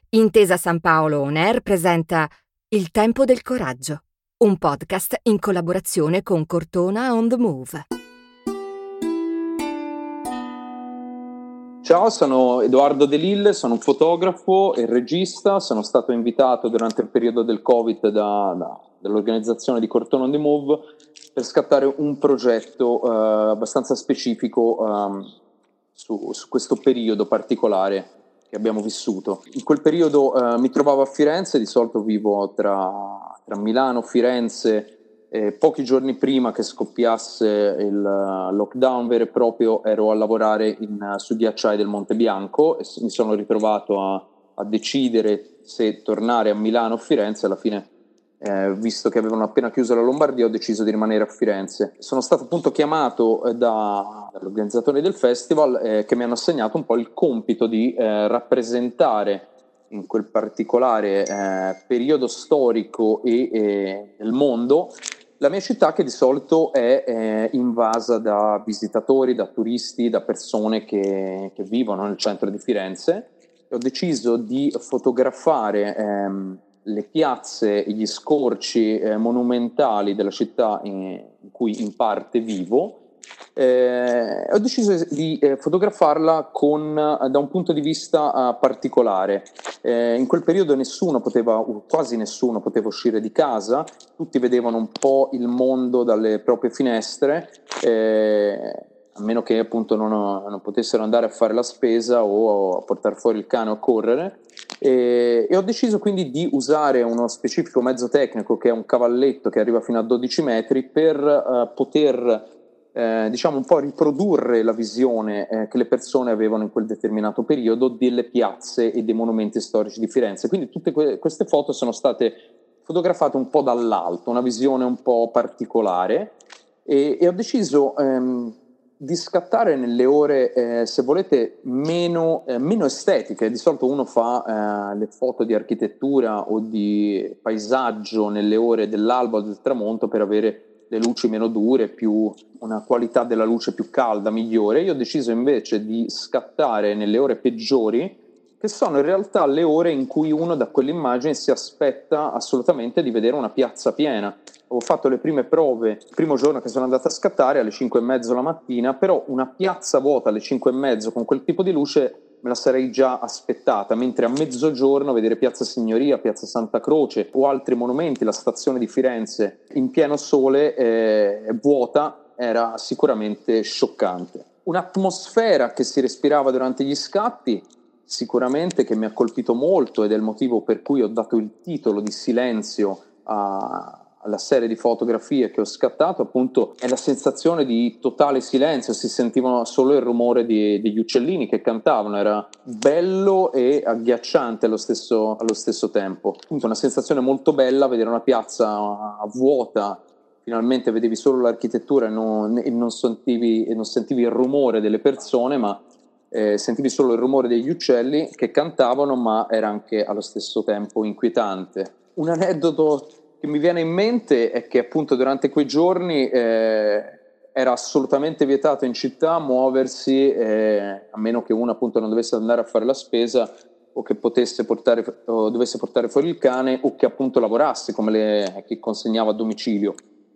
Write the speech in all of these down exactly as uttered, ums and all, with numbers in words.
Intesa San Paolo On Air presenta Il tempo del coraggio, un podcast in collaborazione con Cortona on the Move. Ciao, sono Edoardo De Lille, sono un fotografo e regista. Sono stato invitato durante il periodo del Covid da, da, dall'organizzazione di Cortona on the Move per scattare un progetto eh, abbastanza specifico um, su, su questo periodo particolare che abbiamo vissuto. In quel periodo eh, mi trovavo a Firenze, di solito vivo tra, tra Milano, Firenze. Eh, pochi giorni prima che scoppiasse il uh, lockdown vero e proprio ero a lavorare in, uh, sui ghiacciai del Monte Bianco e s- mi sono ritrovato a, a decidere se tornare a Milano o Firenze. Alla fine, eh, visto che avevano appena chiuso la Lombardia, ho deciso di rimanere a Firenze. Sono stato appunto chiamato eh, da, dall'organizzatore del festival eh, che mi hanno assegnato un po' il compito di eh, rappresentare in quel particolare eh, periodo storico e eh, del mondo la mia città, che di solito è eh, invasa da visitatori, da turisti, da persone che, che vivono nel centro di Firenze. E ho deciso di fotografare ehm, le piazze, gli scorci eh, monumentali della città in, in cui in parte vivo. Eh, ho deciso di eh, fotografarla con, da un punto di vista uh, particolare. Eh, in quel periodo nessuno poteva, quasi nessuno poteva uscire di casa, tutti vedevano un po' il mondo dalle proprie finestre, eh, a meno che appunto non, non potessero andare a fare la spesa o a portare fuori il cane o a correre. E, e ho deciso quindi di usare uno specifico mezzo tecnico, che è un cavalletto che arriva fino a dodici metri, per uh, poter Eh, diciamo un po' riprodurre la visione eh, che le persone avevano in quel determinato periodo delle piazze e dei monumenti storici di Firenze. Quindi tutte que- queste foto sono state fotografate un po' dall'alto, una visione un po' particolare, e, e ho deciso ehm, di scattare nelle ore, eh, se volete, meno, eh, meno estetiche. Di solito uno fa eh, le foto di architettura o di paesaggio nelle ore dell'alba o del tramonto per avere le luci meno dure, più una qualità della luce più calda, migliore. Io ho deciso invece di scattare nelle ore peggiori, che sono in realtà le ore in cui uno da quell'immagine si aspetta assolutamente di vedere una piazza piena. Ho fatto le prime prove il primo giorno che sono andato a scattare alle cinque e mezzo la mattina, però una piazza vuota alle cinque e mezzo con quel tipo di luce me la sarei già aspettata, mentre a mezzogiorno vedere Piazza Signoria, Piazza Santa Croce o altri monumenti, la stazione di Firenze in pieno sole eh, vuota, era sicuramente scioccante. Un'atmosfera che si respirava durante gli scatti, sicuramente, che mi ha colpito molto, ed è il motivo per cui ho dato il titolo di Silenzio a alla serie di fotografie che ho scattato. Appunto, è la sensazione di totale silenzio, si sentivano solo il rumore di, degli uccellini che cantavano. Era bello e agghiacciante allo stesso, allo stesso tempo. Appunto, una sensazione molto bella vedere una piazza vuota, finalmente vedevi solo l'architettura e non, e non, sentivi, e non sentivi il rumore delle persone, ma eh, sentivi solo il rumore degli uccelli che cantavano, ma era anche allo stesso tempo inquietante. Un aneddoto che mi viene in mente è che appunto durante quei giorni eh, era assolutamente vietato in città muoversi, eh, a meno che uno appunto non dovesse andare a fare la spesa, o che potesse portare, o dovesse portare fuori il cane, o che appunto lavorasse come le, chi consegnava a domicilio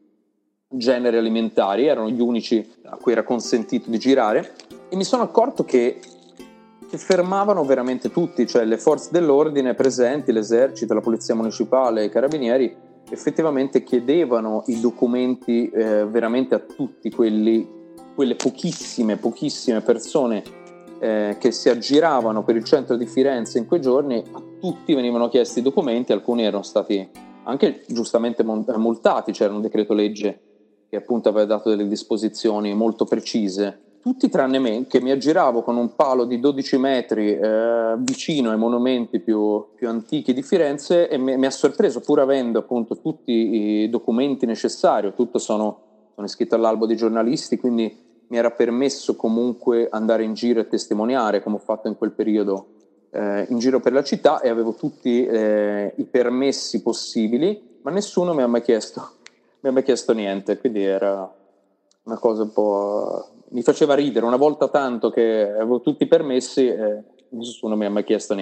generi alimentari. Erano gli unici a cui era consentito di girare, e mi sono accorto che che fermavano veramente tutti, cioè le forze dell'ordine presenti, l'esercito, la polizia municipale, i carabinieri, effettivamente chiedevano i documenti eh, veramente a tutti quelli, quelle pochissime, pochissime persone eh, che si aggiravano per il centro di Firenze in quei giorni. A tutti venivano chiesti i documenti, alcuni erano stati anche giustamente multati, c'era un decreto legge che appunto aveva dato delle disposizioni molto precise. Tutti tranne me, che mi aggiravo con un palo di dodici metri eh, vicino ai monumenti più, più antichi di Firenze, e mi, mi ha sorpreso, pur avendo appunto tutti i documenti necessari. Tutto sono, sono iscritto all'albo dei giornalisti, quindi mi era permesso comunque andare in giro e testimoniare, come ho fatto in quel periodo, eh, in giro per la città, e avevo tutti eh, i permessi possibili, ma nessuno mi ha mai chiesto, mi ha mai chiesto niente, quindi era una cosa un po'... mi faceva ridere. Una volta tanto che avevo tutti i permessi, eh, nessuno mi ha mai chiesto niente.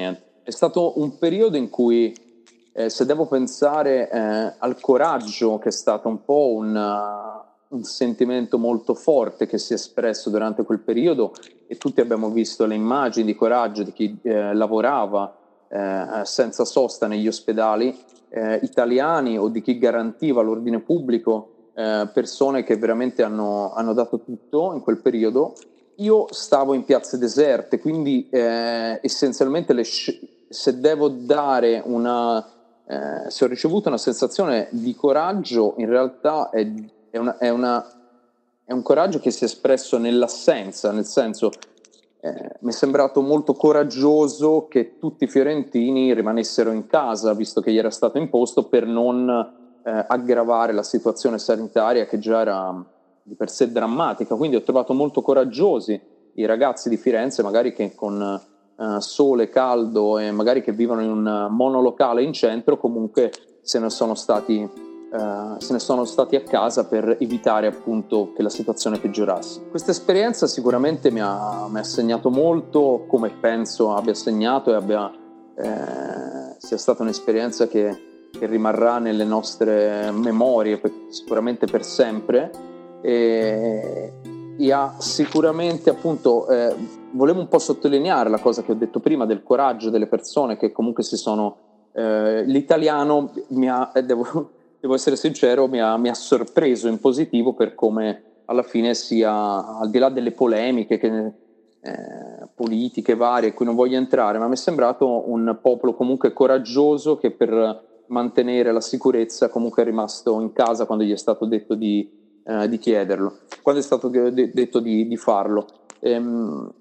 è stato un periodo in cui, eh, se devo pensare eh, al coraggio, che è stato un po' un, uh, un sentimento molto forte che si è espresso durante quel periodo, e tutti abbiamo visto le immagini di coraggio di chi eh, lavorava eh, senza sosta negli ospedali eh, italiani, o di chi garantiva l'ordine pubblico, eh, persone che veramente hanno, hanno dato tutto in quel periodo. Io stavo in piazze deserte, quindi eh, essenzialmente le sc- se devo dare una, eh, se ho ricevuto una sensazione di coraggio, in realtà è, è, una, è, una, è un coraggio che si è espresso nell'assenza, nel senso eh, mi è sembrato molto coraggioso che tutti i fiorentini rimanessero in casa, visto che gli era stato imposto, per non eh, aggravare la situazione sanitaria che già era di per sé drammatica. Quindi ho trovato molto coraggiosi i ragazzi di Firenze, magari che con uh, sole, caldo, e magari che vivono in un monolocale in centro, comunque se ne sono stati uh, se ne sono stati a casa per evitare appunto che la situazione peggiorasse. Questa esperienza sicuramente mi ha, mi ha segnato molto, come penso abbia segnato e abbia eh, sia stata un'esperienza che, che rimarrà nelle nostre memorie per, sicuramente per sempre. E, e ha sicuramente appunto eh, volevo un po' sottolineare la cosa che ho detto prima del coraggio delle persone che comunque si sono eh, l'italiano mi ha, eh, devo, devo essere sincero, mi ha, mi ha sorpreso in positivo per come alla fine sia, al di là delle polemiche che, eh, politiche varie a cui non voglio entrare, ma mi è sembrato un popolo comunque coraggioso che per mantenere la sicurezza comunque è rimasto in casa quando gli è stato detto di Eh, di chiederlo, quando è stato de- detto di, di farlo. Ehm,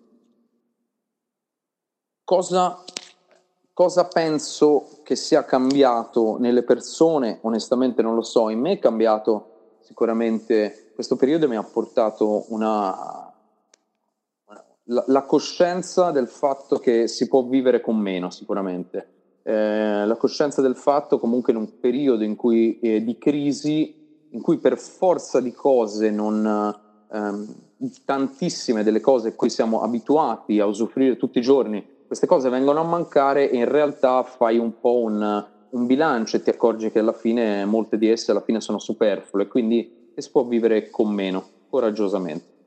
cosa, cosa penso che sia cambiato nelle persone? Onestamente non lo so. In me è cambiato sicuramente, questo periodo mi ha portato una, la, la coscienza del fatto che si può vivere con meno, sicuramente. Eh, la coscienza del fatto comunque in un periodo in cui eh, di crisi, in cui per forza di cose non ehm, tantissime delle cose a cui siamo abituati a usufruire tutti i giorni, queste cose vengono a mancare, e in realtà fai un po' un, un bilancio e ti accorgi che alla fine molte di esse alla fine sono superflue, quindi si può vivere con meno, coraggiosamente.